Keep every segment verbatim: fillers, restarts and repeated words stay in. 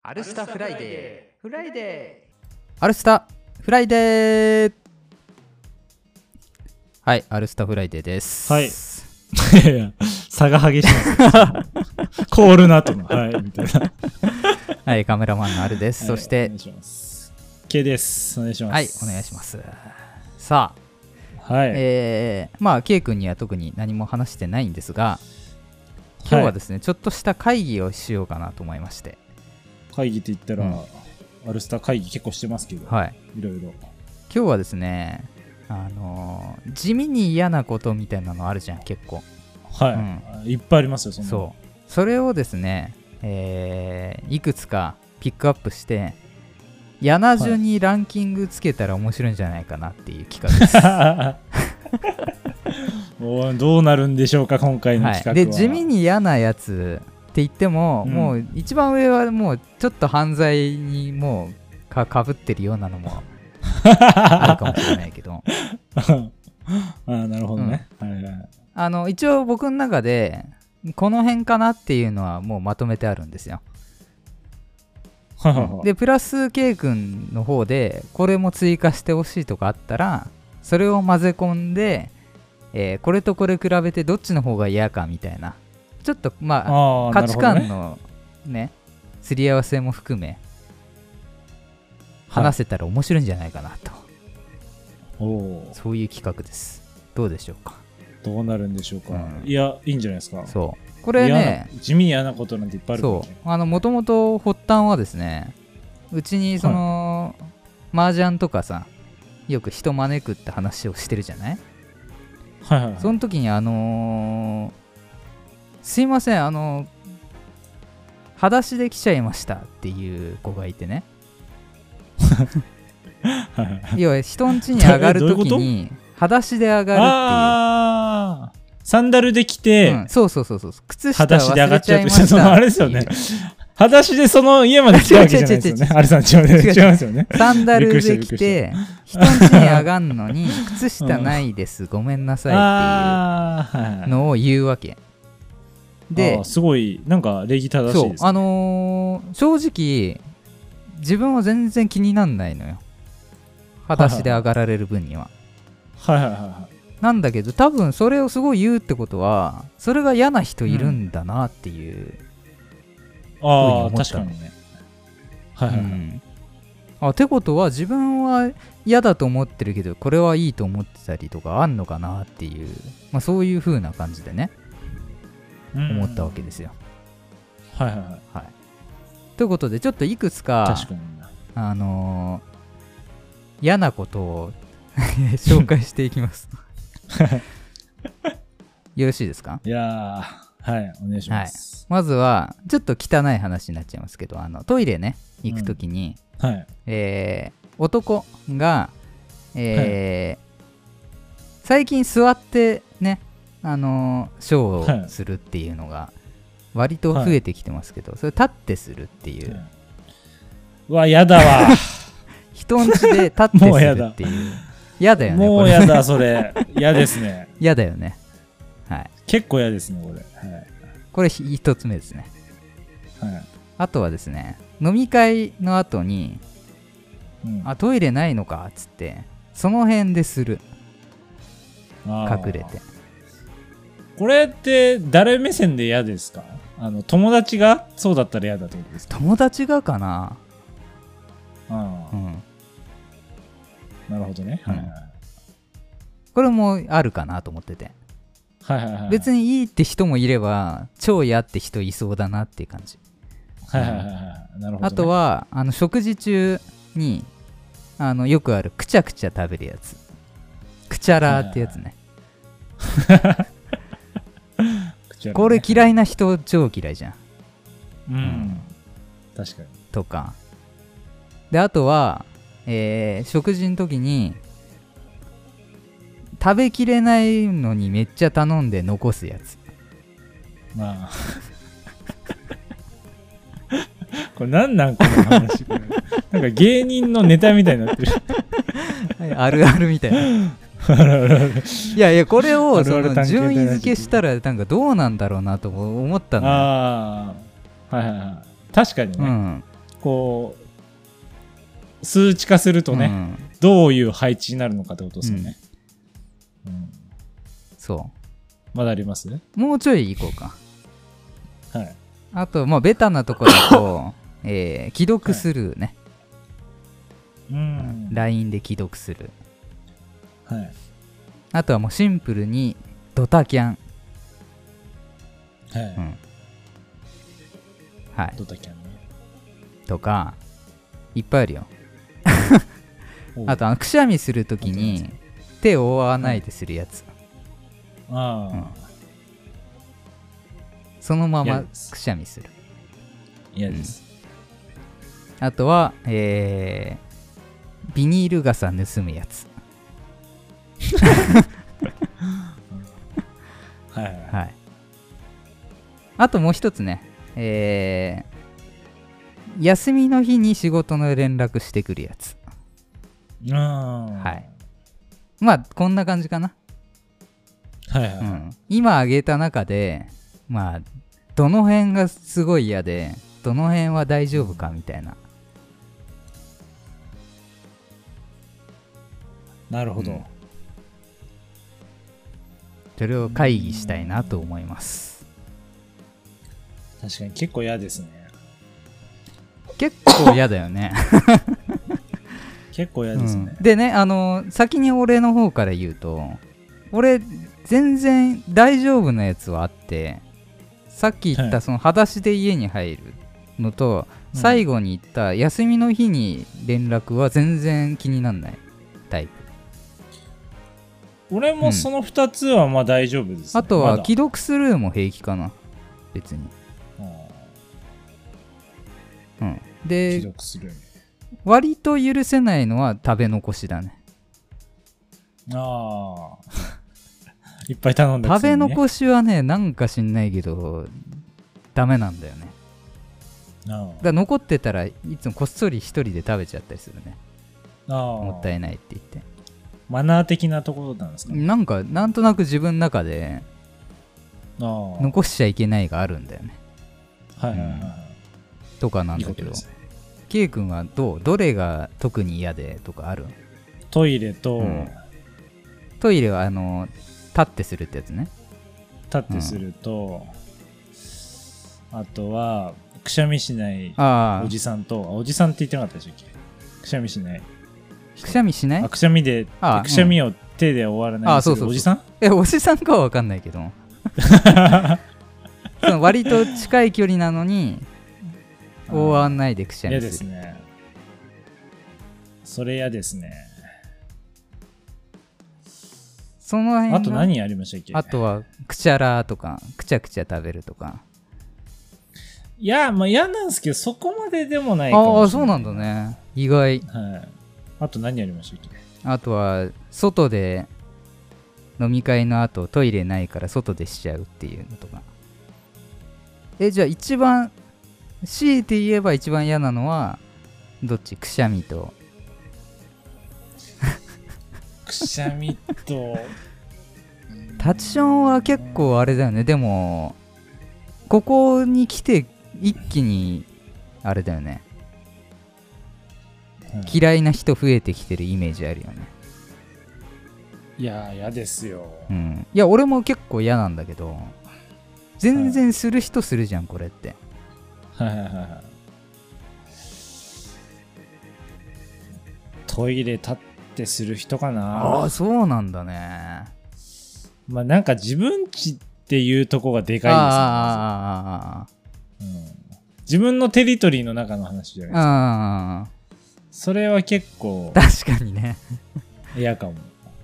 アルスタフライデーフライデーアルスタフライデーはい、アルスタフライデーです。 はい。いやいや、差が激しい。コールの後の、はい、みたいな。 はい、カメラマンのアルです。はい、そして、 お願いします。K です。お願いします。 はい、お願いします。さあ、 はい。 えー、まあ、K 君には特に何も話してないんですが、今日はですね、はい、ちょっとした会議をしようかなと思いまして。 会議って言ったら、うん、アルスタ会議結構してますけど、 はい。 いろいろ。 今日はですね、あのー、地味に嫌なことみたいなのあるじゃん、結構。 はい、うん、いっぱいありますよ、そんな。 そう。それをですね、えー、いくつかピックアップして、嫌な順にランキングつけたら面白いんじゃないかなっていう企画です。はい、どうなるんでしょうか、今回の企画は。はい、 で、地味に嫌なやつって言っても、うん、もう一番上はもうちょっと犯罪にもう か, かぶってるようなのもあるかもしれないけどああ、なるほどね、うん、はいはい、 あの一応僕の中でこの辺かなっていうのはもうまとめてあるんですよ。でプラス K 君の方でこれも追加してほしいとかあったらそれを混ぜ込んで、えー、これとこれ比べてどっちの方が嫌かみたいなちょっとまあ、あ価値観のねすり合わせも含め話せたら面白いんじゃないかなと、はい、そういう企画です。どうでしょうか。 どうなるんでしょうか、うん、いやいいんじゃないですか。 そうこれね地味嫌なことなんていっぱいあるから、ね、 そうあのもともと発端はですねうちにその、はい、麻雀とかさよく人招くって話をしてるじゃない。 はいはいはい、 その時にあのー、すいませんあの裸足で来ちゃいましたっていう子がいてね要は人ん家に上がるときに裸足で上がるっていう。 あーサンダルで来て、 うん、そうそうそうそう靴下忘れちゃいました。 そのあれですよね。裸足でその家まで来たわけじゃないですよね。アルさんちまで違いますよね。 サンダルで来て人ん家に上がるのに靴下ないです、うん、ごめんなさいっていうのを言うわけ。 で、すごいなんか礼儀正しいですね。 そうあのー、正直自分は全然気になんないのよ。裸足で上がられる分には。 はいはいはいはい。 なんだけど多分それをすごい言うってことはそれが嫌な人いるんだなっていう、 うん、ああ確かにね。はいはいはい、うん、 あってことは自分は嫌だと思ってるけどこれはいいと思ってたりとかあんのかなっていう、まあ、そういう風な感じでね、うん、思ったわけですよ。 はいはいはい、はい、 ということでちょっといくつか確かにあのー、嫌なことを紹介していきますよろしいですか。 いやーはいお願いします、 はい、まずはちょっと汚い話になっちゃいますけどあのトイレね行くときに、 うんはいえー、男が、えーはい、最近座ってねあのー、ショーをするっていうのが割と増えてきてますけど、はい、それ立ってするっていう、はい、 うわやだわ人んちで立ってするっていうやだよね。 もうやだそれ嫌ですね。 やだよね。はい。 結構嫌ですねこれ。はい、 これ一つ目ですね。 はい。 あとはですね飲み会の後に、うん、あトイレないのかっつってその辺でする。隠れて。 これって誰目線で嫌ですか。あの友達がそうだったら嫌だってことですか。 友達がかな。 ああ。うん。なるほどね、うん、はいはい、 これもあるかなと思ってて、 はいはいはい、 別にいいって人もいれば超嫌って人いそうだなっていう感じ、 はいはいはいはい、なるほどね、 あとはあの食事中にあのよくあるくちゃくちゃ食べるやつくちゃらーってやつね、はいはいはい、これ嫌いな人超嫌いじゃん、 うん、うん、確かにとかであとはえー、食事の時に食べきれないのにめっちゃ頼んで残すやつ。 まあこれなんなんこの話なんか芸人のネタみたいになってるあるあるみたいないやいやこれをその順位付けしたらなんかどうなんだろうなと思ったの。 ああはいはいはい確かにね、うん、 こう数値化するとね、 うん、 どういう配置になるのかってことですよね、うんうん、 そまだあります？ うもうちょい行こうか。 はい。 あとまあベタなところだと、えー、既読スルーね、 はい、うん、 ライン で既読する、 はい、 あとはもうシンプルにドタキャン、 はい、 うん、はい、 ドタキャンねとかいっぱいあるよあとあのくしゃみするときに手を覆わないでするやつ、 はい、ああ、うん、 そのままくしゃみする。 嫌です、 うん、あとは、えー、ビニール傘盗むやつはいはい、 はい、あともう一つね、えー、休みの日に仕事の連絡してくるやつ。 あ、 はい、まあこんな感じかな。 はいはい、 うん、今挙げた中でまあどの辺がすごい嫌でどの辺は大丈夫かみたいな。 なるほど、うん、 それを会議したいなと思います。 確かに結構嫌ですね。 結構嫌だよね結構嫌ですね、 うん、でね、あの先に俺の方から言うと、俺全然大丈夫なやつはあって、さっき言ったその裸足で家に入るのと、はい、最後に言った休みの日に連絡は全然気にならないタイプ。 俺もそのふたつはまあ大丈夫です、ね、 あとは既読スルーも平気かな別に。うん、で既読スルー割と許せないのは食べ残しだね。 ああいっぱい頼んだく食べせにね。 残しはねなんか知んないけどダメなんだよね。 ああだから残ってたらいつもこっそり一人で食べちゃったりするね。 ああもったいないって言ってマナー的なところなんですか、ね、 なんかなんとなく自分の中でああ残しちゃいけないがあるんだよね。 はいはいはい、うん、 とかなんだけど、K 君はどうどれが特に嫌でとかある？ トイレと、うん、 トイレはあの立ってするってやつね。 立ってすると、うん、あとはくしゃみしないおじさんと、あおじさんって言ってなかったでしたっけ？くしゃみしないくしゃみしない？ あくしゃみであくしゃみを手で終わらないおじさん？ えおじさんかは分かんないけどその割と近い距離なのに覆わないでくしゃみする。嫌ですね。それ嫌ですね。 その辺があと何ありましたっけ？ あとはくちゃらとかくちゃくちゃ食べるとか。 いやまあ嫌なんですけどそこまででもないかもしれない。 ああそうなんだね意外。 はい。あと何ありましたっけ？ あとは外で飲み会の後トイレないから外でしちゃうっていうのとか。えじゃあ一番強いて言えば一番嫌なのはどっち？くしゃみとくしゃみとタチションは結構あれだよね。でもここに来て一気にあれだよね、うん、嫌いな人増えてきてるイメージあるよね。 いや嫌ですよ、 うん、いや俺も結構嫌なんだけど全然する人するじゃん、はい、これってはいはいはい。トイレ立ってする人かな。 ああそうなんだね。 まあなんか自分家っていうとこがでかいですよね。ああ、うん、自分のテリトリーの中の話じゃないですか。あそれは結構確かにね嫌かも。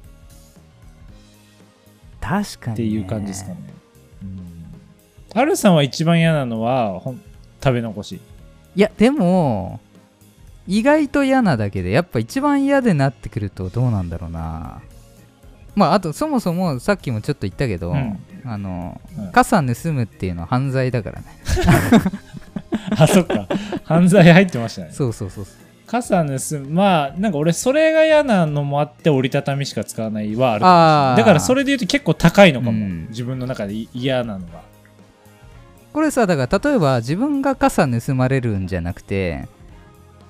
確かに、ね、 っていう感じですかね。ハルさんは一番嫌なのはほん食べ残し。 いやでも意外と嫌なだけでやっぱ一番嫌でなってくるとどうなんだろうな。まああとそもそもさっきもちょっと言ったけど、うん、あの、うん、傘盗むっていうのは犯罪だからねあそっか犯罪入ってましたね。 そうそうそう傘盗むまあなんか俺それが嫌なのもあって折りたたみしか使わないはあるかもしれない。だからそれで言うと結構高いのかも、うん、自分の中で嫌なのが。 これさだから例えば自分が傘盗まれるんじゃなくて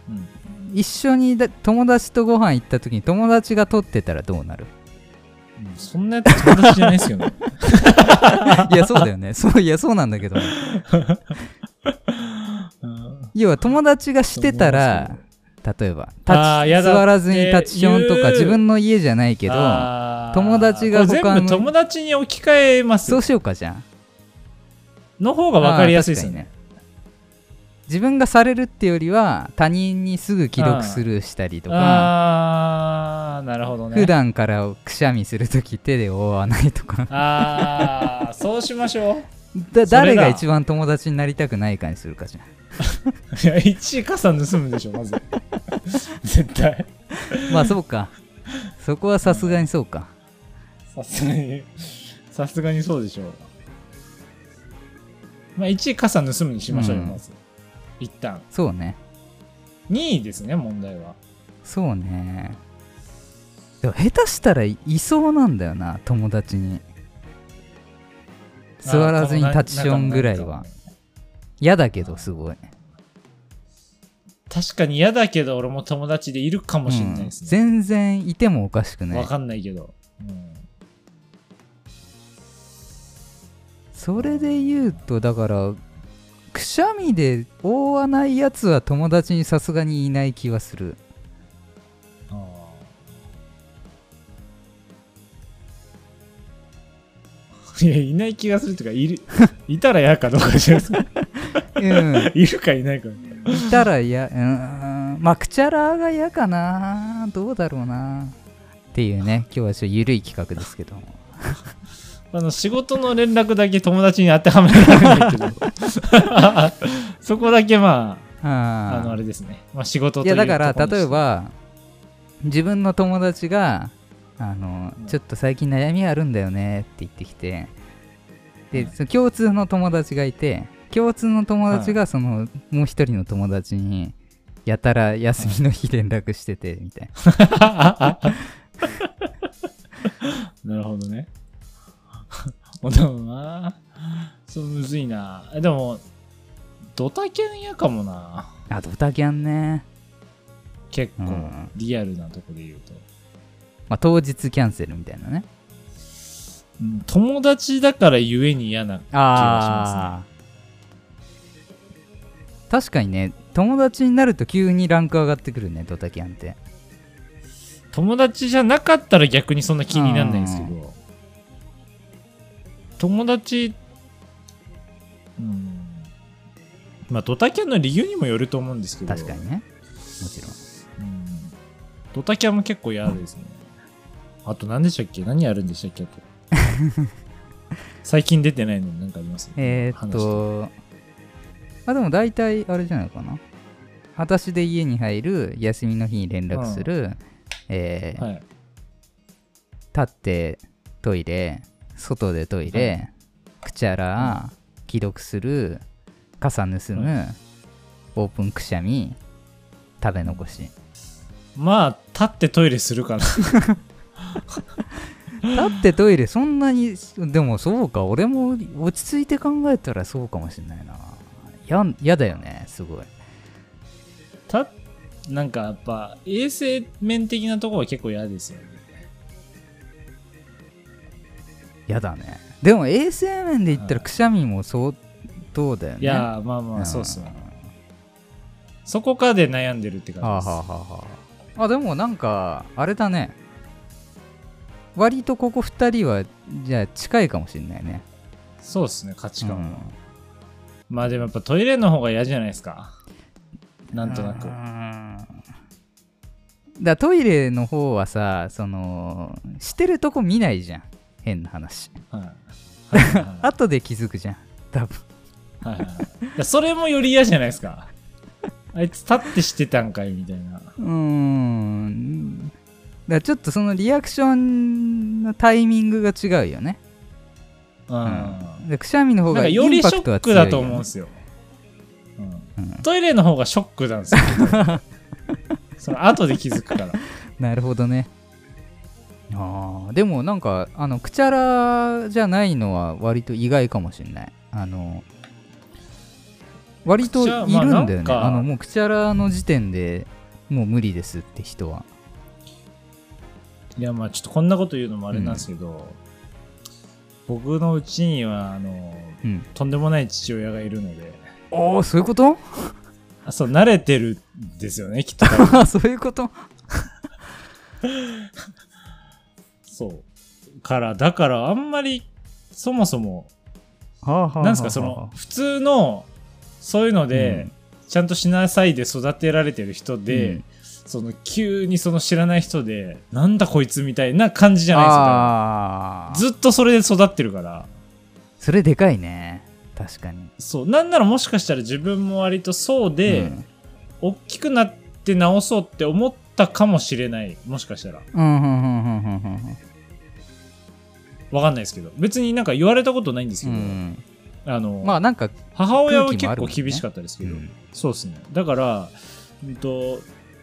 うん、 一緒にだ友達とご飯行った時に友達が撮ってたらどうなる？ そんなやつ友達じゃないですよね。 いやそうだよね。そういやそうなんだけど、ね、要は友達がしてたら、例えば立ち座らずに立ちションとか自分の家じゃないけど友達が他の全部友達に置き換えます。 そうしようか。じゃんの方が分かりやすいですよね。 自分がされるってよりは他人にすぐ既読スルーしたりとか、 ああなるほどね。 普段からくしゃみするとき手で覆わないとかああそうしましょう。 だ誰が一番友達になりたくないかにするかじゃん。 いやいちい傘盗むでしょまず。絶対。 まあそうか、そこはさすがにそうか。 さすがにさすがにそうでしょう。まあいちい傘盗むにしましょうよ、うん、まず一旦。 そうね。 にいですね問題は。 そうね。でも下手したらいそうなんだよな友達に。座らずに立ちションぐらいは嫌だけどすごい。 確かに嫌だけど俺も友達でいるかもしれないですね、 うん、全然いてもおかしくない。 わかんないけど、うん、 それで言うとだからくしゃみで覆わないやつは友達にさすがにいない気はする。 あいやいない気がするとかいるいたら嫌かどうかじゃないですか、うん、いるかいないか。 いたら嫌、うーん、まあくちゃらが嫌かな、どうだろうなっていうね。今日はちょっと緩い企画ですけどあの仕事の連絡だけ友達に当てはめられないけどそこだけまあ あ, あのあれですね、まあ、仕事という。 いやだから例えば自分の友達があの、うん、ちょっと最近悩みあるんだよねって言ってきて、で、うん、その共通の友達がいて、共通の友達がその、はい、もう一人の友達にやたら休みの日連絡しててみたいななるほどね。でもなそうむずいな。でもドタキャンやかもな。 あ、ドタキャンね。 結構、うん、リアルなとこで言うと、 まあ、当日キャンセルみたいなね、 うん、友達だからゆえに嫌な気がしますね。 確かにね、友達になると急にランク上がってくるね、ドタキャンって。 友達じゃなかったら逆にそんな気にならないんですけど、友達、うん、まあドタキャンの理由にもよると思うんですけど。 確かにね、もちろん、 うん、ドタキャンも結構嫌ですね。あと何でしたっけ、何やるんでしたっけ。あと最近出てないのに何かあります、ね、 えーっとあ、でも大体あれじゃないかな。裸足で家に入る、休みの日に連絡する、うん、えーはい、立ってトイレ、外でトイレ、はい、くちゃら、うん、既読する、傘盗む、うん、オープンくしゃみ、食べ残し。 まあ立ってトイレするかな立ってトイレそんなに。でもそうか、俺も落ち着いて考えたらそうかもしれないな。ややだよね、すごい。 たなんかやっぱ衛生面的なところは結構嫌ですよね。 やだね。でも衛生面で言ったらくしゃみも相当だよね。 いやまあまあそうっすよ、ね、そこかで悩んでるって感じです。はあはあはあ、あでもなんかあれだね、割とここふたりはじゃあ近いかもしれないね。 そうっすね、価値観は、うん、まあでもやっぱトイレの方が嫌じゃないですか、なんとなく。 だトイレの方はさ、そのしてるとこ見ないじゃん、変な話、はいはいはいはい、後で気づくじゃん多分、 はいはいはい、それもより嫌じゃないですかあいつ立ってしてたんかいみたいな。 うーん、だからちょっとそのリアクションのタイミングが違うよね。うん、でくしゃみの方がインパクトは強いよね。よりショックだと思うんですよ、うんうん、トイレの方がショックなんですよその後で気づくからなるほどね。あでもなんかあのくちゃらじゃないのは割と意外かもしれない。あの割といるんだよね、 まあなんかあのもう口荒の時点でもう無理ですって人は。 いやまあちょっとこんなこと言うのもあれなんですけど、うん、僕のうちにはあの、うん、とんでもない父親がいるので。 おお、そういうこと？ あ、そう、慣れてるんですよね、きっと。 そういうことそうからだからあんまりそもそも、はあはあはあ、なんですか、その普通のそういうので、うん、ちゃんとしなさいで育てられてる人で、うん、その急にその知らない人でなんだこいつみたいな感じじゃないですよ。ずっとそれで育ってるから。 それでかいね。確かに。 そう、なんならもしかしたら自分も割とそうで、うん、大きくなって直そうって思ったかもしれない。もしかしたら。わかんないですけど、別になんか言われたことないんですけど、うん、あのまあなんか母親は結構厳しかったですけど、うん、そうですね。だから、うんと、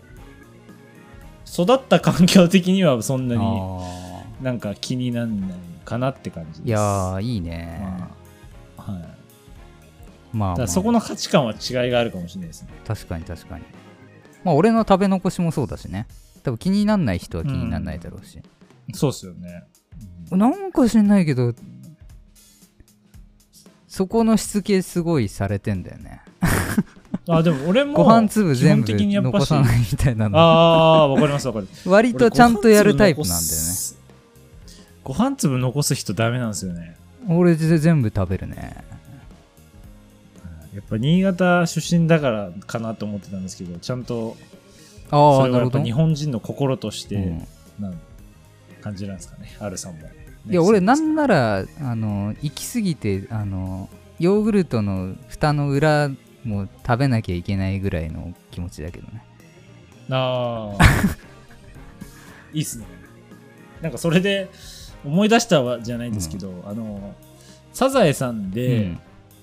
育った環境的にはそんなになんか気にならないかなって感じです。 いやーいいね。 まあ、はい。 まあ、まあ、 だからそこの価値観は違いがあるかもしれないですね。 確かに確かに。まあ俺の食べ残しもそうだしね。多分気にならない人は気にならないだろうし。 うん、そうっすよね。 なんか知んないけど、そこのしつけすごいされてんだよね。 あ、でも俺もご飯粒全部残さないみたいなの。 ああ、わかりますわかります。 割とちゃんとやるタイプなんだよね。 ご飯粒残す人ダメなんですよね。 俺全部食べるね。 やっぱ新潟出身だからかなと思ってたんですけど、ちゃんとあそれはやっぱ日本人の心として、うん、なん感じなんですかね、アルさんも。 いや俺なんならあの行き過ぎてあのヨーグルトの蓋の裏も食べなきゃいけないぐらいの気持ちだけどね。 ああいいっすね。なんかそれで思い出したわじゃないんですけど、うん、あのサザエさんで、うん、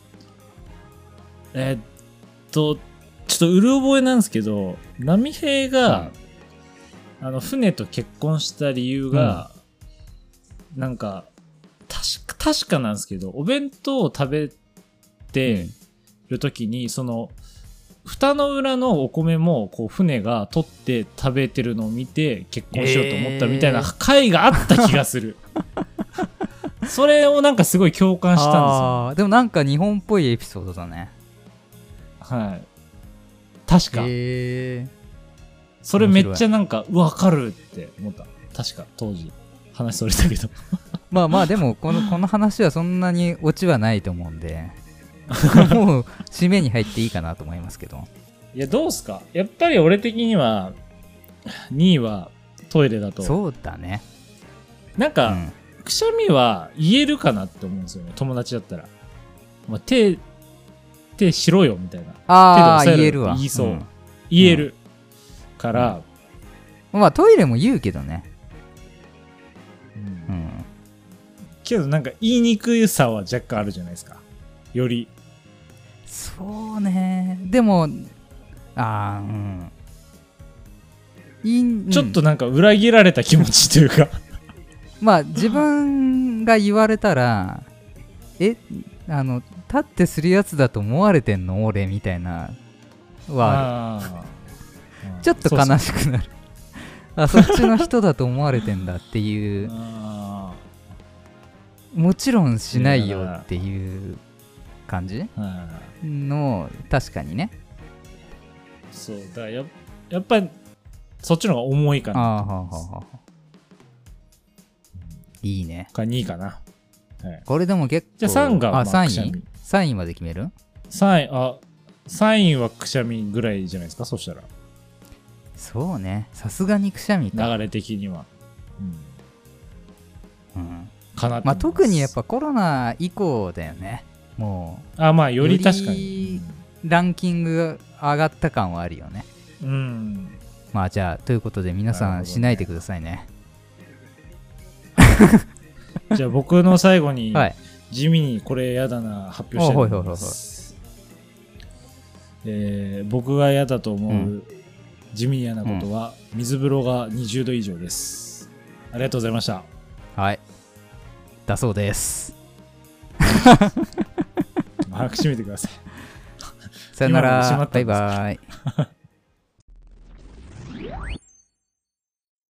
えー、っとちょっとうる覚えなんですけど、波平が、うん、あの船と結婚した理由が、うん、なんか確か確かなんですけど、お弁当を食べてる時に、うん、その蓋の裏のお米もこう船が取って食べてるのを見て結婚しようと思ったみたいな回があった気がする、えー、それをなんかすごい共感したんですよ。 あでもなんか日本っぽいエピソードだね。 はい、確か、 えー、 それめっちゃなんか分かるって思った。確か当時話それたけどまあまあでもこのこの話はそんなにオチはないと思うんでもう締めに入っていいかなと思いますけど。 いやどうすか、やっぱり俺的にはにいはトイレだと。 そうだね。 なんか、うん、くしゃみは言えるかなって思うんですよね、友達だったら。まあ、手手しろよみたいな。 ああ言えるわ。 言いそう、うん、言える、うん、から、 うん、まあトイレも言うけどね。 うん、うん、けどなんか言いにくさは若干あるじゃないですか、より。 そうね。でもあー、うんいん、 ちょっとなんか裏切られた気持ちというかまあ自分が言われたらえあの立ってするやつだと思われてんの俺みたいなはあるちょっと悲しくなる。あ、そっちの人だと思われてんだっていうあもちろんしないよっていう感じの確かにね。 そうだ、や、やっぱりそっちの方が重いかな。あははは。 いいね。 かにいかな、はい、 これでも結構。 じゃあさんがあさんいさんいまで決める。 さんいあさんいはくしゃみぐらいじゃないですか、そしたら。 そうね、さすがにくしゃみか、 流れ的には。うん、うん、かな。 まあ特にやっぱコロナ以降だよね。もうあまあより確かにランキング上がった感はあるよね。 うん。 まあじゃあということで皆さんしないでくださいね。 じゃあ僕の最後に地味にこれやだな発表したいと思います。えー、僕がやだと思う、うん地味に嫌なことは、うん、水風呂がにじゅうど以上です。ありがとうございました。 はい。だそうです。 早く閉めてください。 さよなら。 今ので閉まったバイんですかバイ。